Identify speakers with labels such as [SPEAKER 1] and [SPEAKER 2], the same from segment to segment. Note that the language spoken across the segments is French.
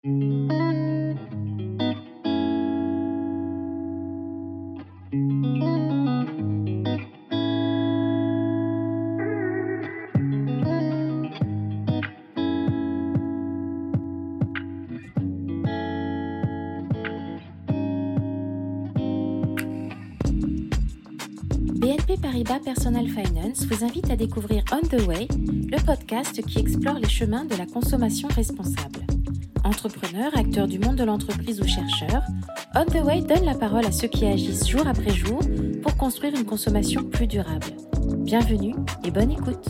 [SPEAKER 1] BNP Paribas Personal Finance vous invite à découvrir On the Way, le podcast qui explore les chemins de la consommation responsable. Entrepreneurs, acteurs du monde de l'entreprise ou chercheurs, On the Way donne la parole à ceux qui agissent jour après jour pour construire une consommation plus durable. Bienvenue et bonne écoute.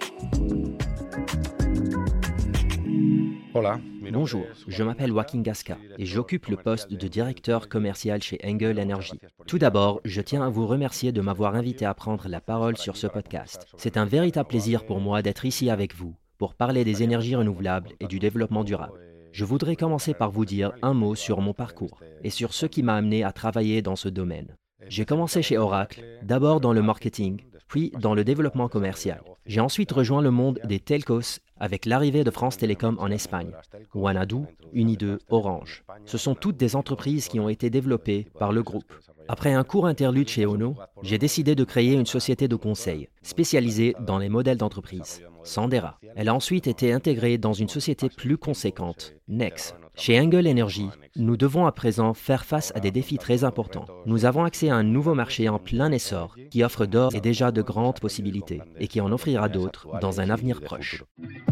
[SPEAKER 2] Bonjour, je m'appelle Joaquin Gasca et j'occupe le poste de directeur commercial chez Enel Energy. Tout d'abord, je tiens à vous remercier de m'avoir invité à prendre la parole sur ce podcast. C'est un véritable plaisir pour moi d'être ici avec vous pour parler des énergies renouvelables et du développement durable. Je voudrais commencer par vous dire un mot sur mon parcours et sur ce qui m'a amené à travailler dans ce domaine. J'ai commencé chez Oracle, d'abord dans le marketing, puis dans le développement commercial. J'ai ensuite rejoint le monde des telcos avec l'arrivée de France Télécom en Espagne, Wanadoo, Unideux, Orange. Ce sont toutes des entreprises qui ont été développées par le groupe. Après un court interlude chez Ono, j'ai décidé de créer une société de conseil spécialisée dans les modèles d'entreprise, Sandera. Elle a ensuite été intégrée dans une société plus conséquente, Nex. Chez Enel Energy, nous devons à présent faire face à des défis très importants. Nous avons accès à un nouveau marché en plein essor qui offre d'ores et déjà de grandes possibilités et qui en offrira d'autres dans un avenir proche.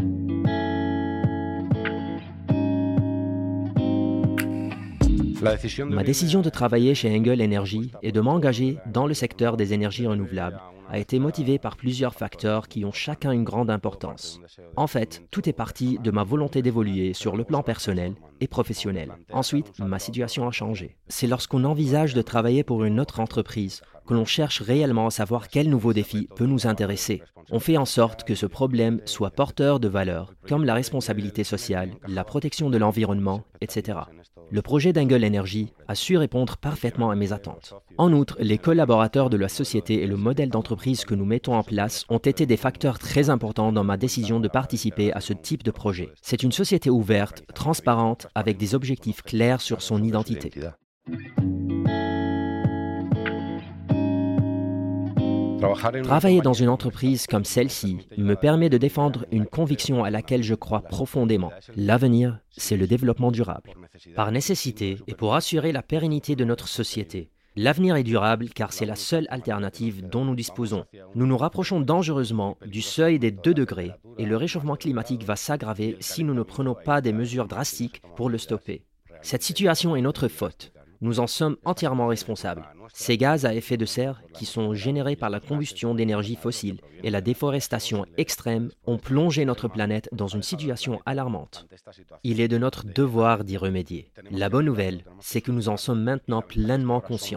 [SPEAKER 2] Ma décision de travailler chez Enel Energy et de m'engager dans le secteur des énergies renouvelables a été motivée par plusieurs facteurs qui ont chacun une grande importance. En fait, tout est parti de ma volonté d'évoluer sur le plan personnel et professionnel. Ensuite, ma situation a changé. C'est lorsqu'on envisage de travailler pour une autre entreprise que l'on cherche réellement à savoir quel nouveau défi peut nous intéresser. On fait en sorte que ce problème soit porteur de valeurs, comme la responsabilité sociale, la protection de l'environnement, etc. Le projet d'Enel Energy a su répondre parfaitement à mes attentes. En outre, les collaborateurs de la société et le modèle d'entreprise que nous mettons en place ont été des facteurs très importants dans ma décision de participer à ce type de projet. C'est une société ouverte, transparente, avec des objectifs clairs sur son identité. Travailler dans une entreprise comme celle-ci me permet de défendre une conviction à laquelle je crois profondément. L'avenir, c'est le développement durable. Par nécessité et pour assurer la pérennité de notre société, l'avenir est durable car c'est la seule alternative dont nous disposons. Nous nous rapprochons dangereusement du seuil des 2 degrés et le réchauffement climatique va s'aggraver si nous ne prenons pas des mesures drastiques pour le stopper. Cette situation est notre faute. Nous en sommes entièrement responsables. Ces gaz à effet de serre, qui sont générés par la combustion d'énergie fossile et la déforestation extrême, ont plongé notre planète dans une situation alarmante. Il est de notre devoir d'y remédier. La bonne nouvelle, c'est que nous en sommes maintenant pleinement conscients.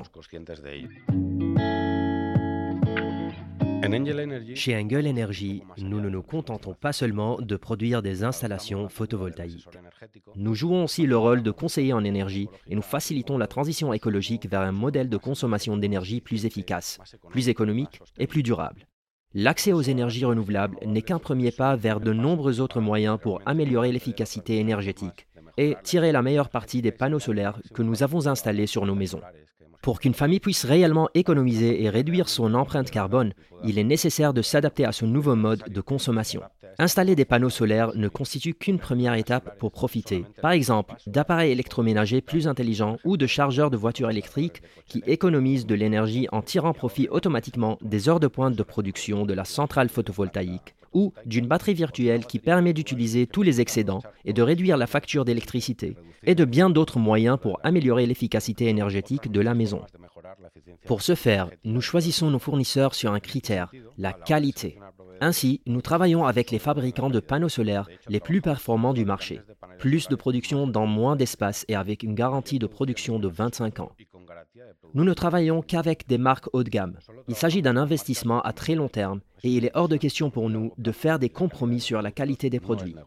[SPEAKER 2] Chez Enel Energy, nous ne nous contentons pas seulement de produire des installations photovoltaïques. Nous jouons aussi le rôle de conseiller en énergie et nous facilitons la transition écologique vers un modèle de consommation d'énergie plus efficace, plus économique et plus durable. L'accès aux énergies renouvelables n'est qu'un premier pas vers de nombreux autres moyens pour améliorer l'efficacité énergétique et tirer la meilleure partie des panneaux solaires que nous avons installés sur nos maisons. Pour qu'une famille puisse réellement économiser et réduire son empreinte carbone, il est nécessaire de s'adapter à ce nouveau mode de consommation. Installer des panneaux solaires ne constitue qu'une première étape pour profiter, par exemple, d'appareils électroménagers plus intelligents ou de chargeurs de voitures électriques qui économisent de l'énergie en tirant profit automatiquement des heures de pointe de production de la centrale photovoltaïque, ou d'une batterie virtuelle qui permet d'utiliser tous les excédents et de réduire la facture d'électricité, et de bien d'autres moyens pour améliorer l'efficacité énergétique de la maison. Pour ce faire, nous choisissons nos fournisseurs sur un critère, la qualité. Ainsi, nous travaillons avec les fabricants de panneaux solaires les plus performants du marché. Plus de production dans moins d'espace et avec une garantie de production de 25 ans. Nous ne travaillons qu'avec des marques haut de gamme. Il s'agit d'un investissement à très long terme et il est hors de question pour nous de faire des compromis sur la qualité des produits.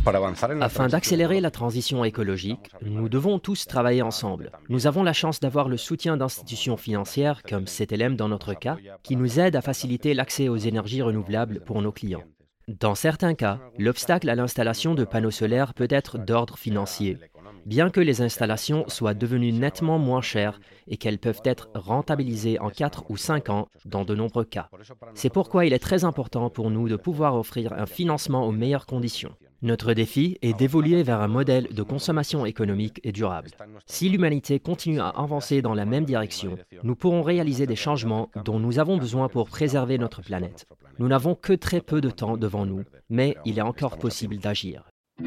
[SPEAKER 2] Afin d'accélérer la transition écologique, nous devons tous travailler ensemble. Nous avons la chance d'avoir le soutien d'institutions financières comme CTLM dans notre cas, qui nous aident à faciliter l'accès aux énergies renouvelables pour nos clients. Dans certains cas, l'obstacle à l'installation de panneaux solaires peut être d'ordre financier, bien que les installations soient devenues nettement moins chères et qu'elles peuvent être rentabilisées en 4 ou 5 ans dans de nombreux cas. C'est pourquoi il est très important pour nous de pouvoir offrir un financement aux meilleures conditions. Notre défi est d'évoluer vers un modèle de consommation économique et durable. Si l'humanité continue à avancer dans la même direction, nous pourrons réaliser des changements dont nous avons besoin pour préserver notre planète. Nous n'avons que très peu de temps devant nous, mais il est encore possible d'agir.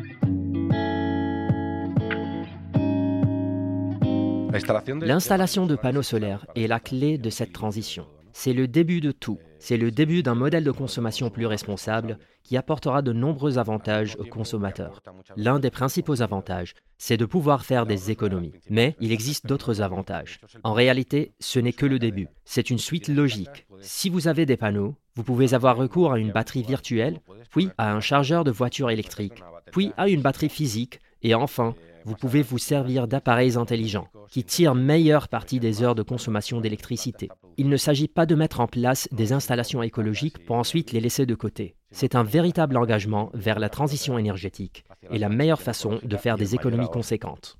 [SPEAKER 2] L'installation de panneaux solaires est la clé de cette transition. C'est le début de tout. C'est le début d'un modèle de consommation plus responsable qui apportera de nombreux avantages aux consommateurs. L'un des principaux avantages, c'est de pouvoir faire des économies. Mais il existe d'autres avantages. En réalité, ce n'est que le début. C'est une suite logique. Si vous avez des panneaux, vous pouvez avoir recours à une batterie virtuelle, puis à un chargeur de voiture électrique, puis à une batterie physique, et enfin, vous pouvez vous servir d'appareils intelligents qui tirent meilleure partie des heures de consommation d'électricité. Il ne s'agit pas de mettre en place des installations écologiques pour ensuite les laisser de côté. C'est un véritable engagement vers la transition énergétique et la meilleure façon de faire des économies conséquentes.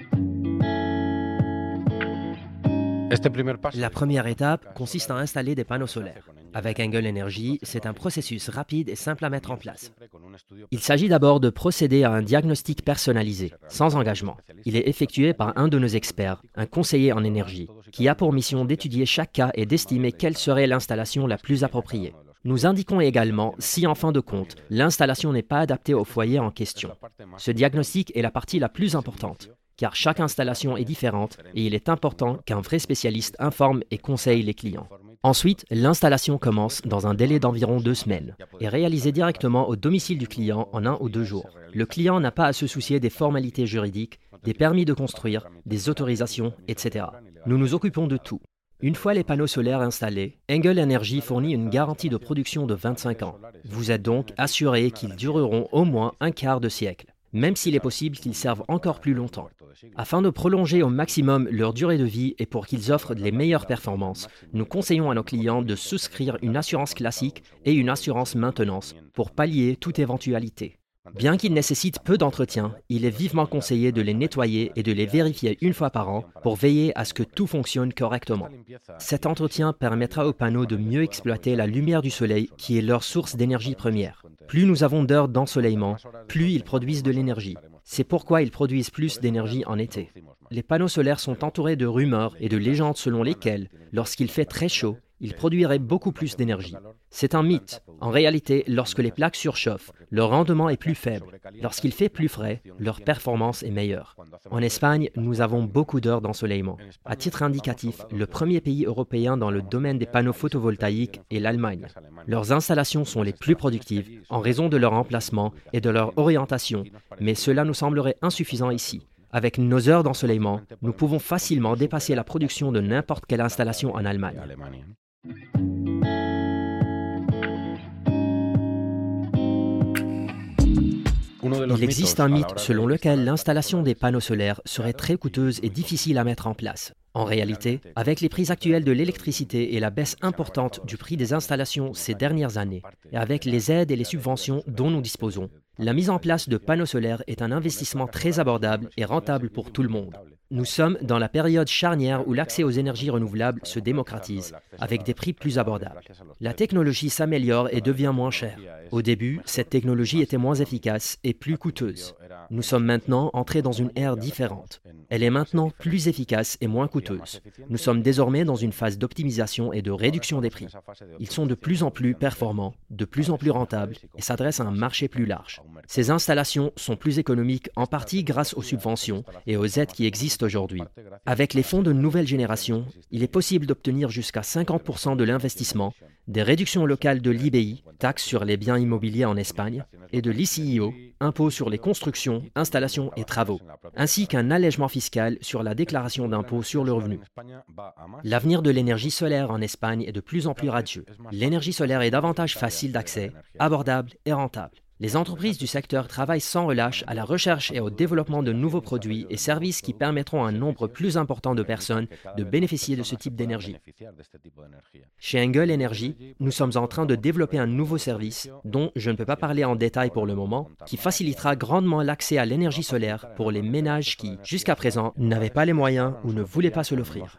[SPEAKER 2] La première étape consiste à installer des panneaux solaires. Avec Engle Energy, c'est un processus rapide et simple à mettre en place. Il s'agit d'abord de procéder à un diagnostic personnalisé, sans engagement. Il est effectué par un de nos experts, un conseiller en énergie, qui a pour mission d'étudier chaque cas et d'estimer quelle serait l'installation la plus appropriée. Nous indiquons également si, en fin de compte, l'installation n'est pas adaptée au foyer en question. Ce diagnostic est la partie la plus importante, car chaque installation est différente et il est important qu'un vrai spécialiste informe et conseille les clients. Ensuite, l'installation commence dans un délai d'environ 2 semaines et réalisée directement au domicile du client en 1 ou 2 jours. Le client n'a pas à se soucier des formalités juridiques, des permis de construire, des autorisations, etc. Nous nous occupons de tout. Une fois les panneaux solaires installés, Engle Energy fournit une garantie de production de 25 ans. Vous êtes donc assuré qu'ils dureront au moins un quart de siècle, même s'il est possible qu'ils servent encore plus longtemps. Afin de prolonger au maximum leur durée de vie et pour qu'ils offrent les meilleures performances, nous conseillons à nos clients de souscrire une assurance classique et une assurance maintenance pour pallier toute éventualité. Bien qu'ils nécessitent peu d'entretien, il est vivement conseillé de les nettoyer et de les vérifier une fois par an pour veiller à ce que tout fonctionne correctement. Cet entretien permettra aux panneaux de mieux exploiter la lumière du soleil qui est leur source d'énergie première. Plus nous avons d'heures d'ensoleillement, plus ils produisent de l'énergie. C'est pourquoi ils produisent plus d'énergie en été. Les panneaux solaires sont entourés de rumeurs et de légendes selon lesquelles, lorsqu'il fait très chaud, ils produiraient beaucoup plus d'énergie. C'est un mythe. En réalité, lorsque les plaques surchauffent, leur rendement est plus faible. Lorsqu'il fait plus frais, leur performance est meilleure. En Espagne, nous avons beaucoup d'heures d'ensoleillement. À titre indicatif, le premier pays européen dans le domaine des panneaux photovoltaïques est l'Allemagne. Leurs installations sont les plus productives en raison de leur emplacement et de leur orientation, mais cela nous semblerait insuffisant ici. Avec nos heures d'ensoleillement, nous pouvons facilement dépasser la production de n'importe quelle installation en Allemagne. Il existe un mythe selon lequel l'installation des panneaux solaires serait très coûteuse et difficile à mettre en place. En réalité, avec les prix actuels de l'électricité et la baisse importante du prix des installations ces dernières années, et avec les aides et les subventions dont nous disposons, la mise en place de panneaux solaires est un investissement très abordable et rentable pour tout le monde. Nous sommes dans la période charnière où l'accès aux énergies renouvelables se démocratise, avec des prix plus abordables. La technologie s'améliore et devient moins chère. Au début, cette technologie était moins efficace et plus coûteuse. Nous sommes maintenant entrés dans une ère différente. Elle est maintenant plus efficace et moins coûteuse. Nous sommes désormais dans une phase d'optimisation et de réduction des prix. Ils sont de plus en plus performants, de plus en plus rentables et s'adressent à un marché plus large. Ces installations sont plus économiques en partie grâce aux subventions et aux aides qui existent aujourd'hui. Avec les fonds de nouvelle génération, il est possible d'obtenir jusqu'à 50% de l'investissement, des réductions locales de l'IBI, taxe sur les biens immobiliers en Espagne, et de l'ICIO, impôt sur les constructions, installations et travaux, ainsi qu'un allègement fiscal sur la déclaration d'impôt sur le revenu. L'avenir de l'énergie solaire en Espagne est de plus en plus radieux. L'énergie solaire est davantage facile d'accès, abordable et rentable. Les entreprises du secteur travaillent sans relâche à la recherche et au développement de nouveaux produits et services qui permettront à un nombre plus important de personnes de bénéficier de ce type d'énergie. Chez Engle Energy, nous sommes en train de développer un nouveau service, dont je ne peux pas parler en détail pour le moment, qui facilitera grandement l'accès à l'énergie solaire pour les ménages qui, jusqu'à présent, n'avaient pas les moyens ou ne voulaient pas se l'offrir.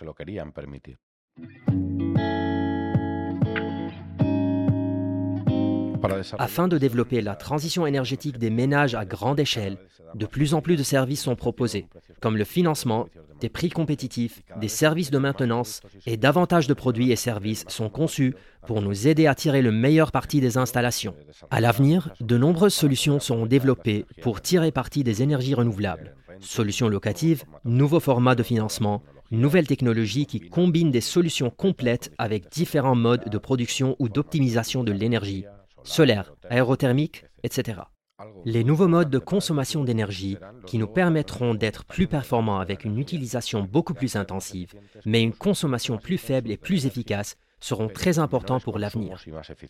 [SPEAKER 2] Afin de développer la transition énergétique des ménages à grande échelle, de plus en plus de services sont proposés, comme le financement, des prix compétitifs, des services de maintenance et davantage de produits et services sont conçus pour nous aider à tirer le meilleur parti des installations. À l'avenir, de nombreuses solutions seront développées pour tirer parti des énergies renouvelables. Solutions locatives, nouveaux formats de financement, nouvelles technologies qui combinent des solutions complètes avec différents modes de production ou d'optimisation de l'énergie, solaire, aérothermique, etc. Les nouveaux modes de consommation d'énergie qui nous permettront d'être plus performants avec une utilisation beaucoup plus intensive, mais une consommation plus faible et plus efficace seront très importants pour l'avenir.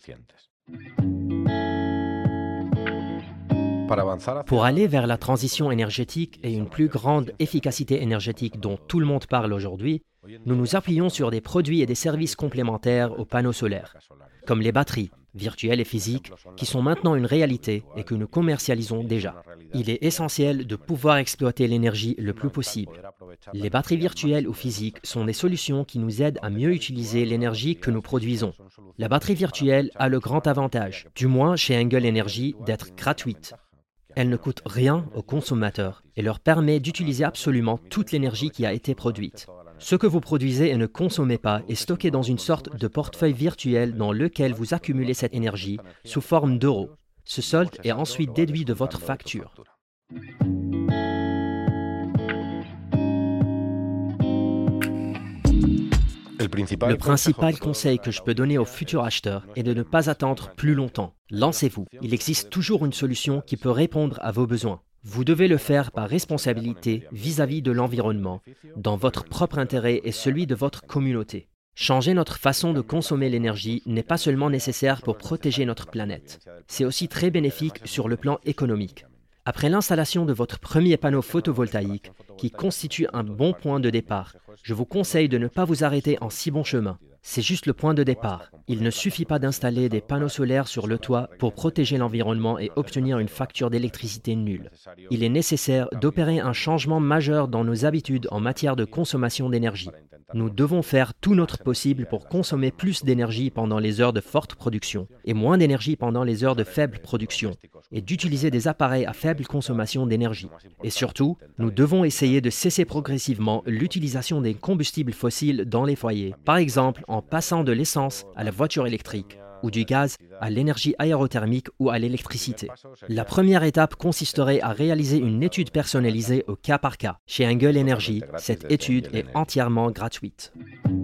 [SPEAKER 2] Pour aller vers la transition énergétique et une plus grande efficacité énergétique dont tout le monde parle aujourd'hui, nous nous appuyons sur des produits et des services complémentaires aux panneaux solaires, comme les batteries, virtuelles et physiques, qui sont maintenant une réalité et que nous commercialisons déjà. Il est essentiel de pouvoir exploiter l'énergie le plus possible. Les batteries virtuelles ou physiques sont des solutions qui nous aident à mieux utiliser l'énergie que nous produisons. La batterie virtuelle a le grand avantage, du moins chez Engle Energy, d'être gratuite. Elle ne coûte rien aux consommateurs et leur permet d'utiliser absolument toute l'énergie qui a été produite. Ce que vous produisez et ne consommez pas est stocké dans une sorte de portefeuille virtuel dans lequel vous accumulez cette énergie sous forme d'euros. Ce solde est ensuite déduit de votre facture. Le principal conseil que je peux donner aux futurs acheteurs est de ne pas attendre plus longtemps. Lancez-vous. Il existe toujours une solution qui peut répondre à vos besoins. Vous devez le faire par responsabilité vis-à-vis de l'environnement, dans votre propre intérêt et celui de votre communauté. Changer notre façon de consommer l'énergie n'est pas seulement nécessaire pour protéger notre planète, c'est aussi très bénéfique sur le plan économique. Après l'installation de votre premier panneau photovoltaïque, qui constitue un bon point de départ, je vous conseille de ne pas vous arrêter en si bon chemin. C'est juste le point de départ. Il ne suffit pas d'installer des panneaux solaires sur le toit pour protéger l'environnement et obtenir une facture d'électricité nulle. Il est nécessaire d'opérer un changement majeur dans nos habitudes en matière de consommation d'énergie. Nous devons faire tout notre possible pour consommer plus d'énergie pendant les heures de forte production et moins d'énergie pendant les heures de faible production et d'utiliser des appareils à faible consommation d'énergie. Et surtout, nous devons essayer de cesser progressivement l'utilisation des combustibles fossiles dans les foyers, par exemple en passant de l'essence à la voiture électrique ou du gaz à l'énergie aérothermique ou à l'électricité. La première étape consisterait à réaliser une étude personnalisée au cas par cas. Chez Engle Energy, cette étude est entièrement gratuite.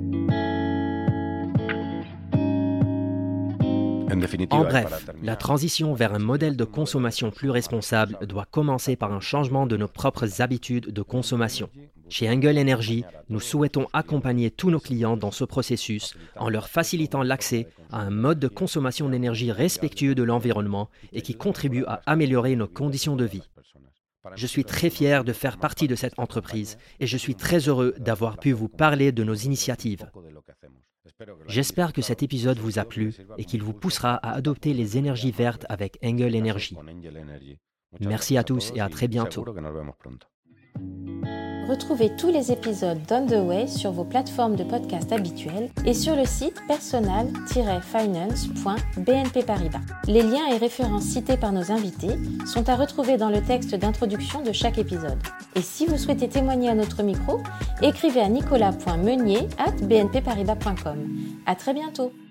[SPEAKER 2] En bref, la transition vers un modèle de consommation plus responsable doit commencer par un changement de nos propres habitudes de consommation. Chez Engle Energy, nous souhaitons accompagner tous nos clients dans ce processus en leur facilitant l'accès à un mode de consommation d'énergie respectueux de l'environnement et qui contribue à améliorer nos conditions de vie. Je suis très fier de faire partie de cette entreprise et je suis très heureux d'avoir pu vous parler de nos initiatives. J'espère que cet épisode vous a plu et qu'il vous poussera à adopter les énergies vertes avec Engle Energy. Merci à tous et à très bientôt.
[SPEAKER 1] Retrouvez tous les épisodes d'On The Way sur vos plateformes de podcast habituelles et sur le site personal-finance.bnp Paribas. Les liens et références cités par nos invités sont à retrouver dans le texte d'introduction de chaque épisode. Et si vous souhaitez témoigner à notre micro, écrivez à nicolas.meunier@bnpparibas.com. À très bientôt.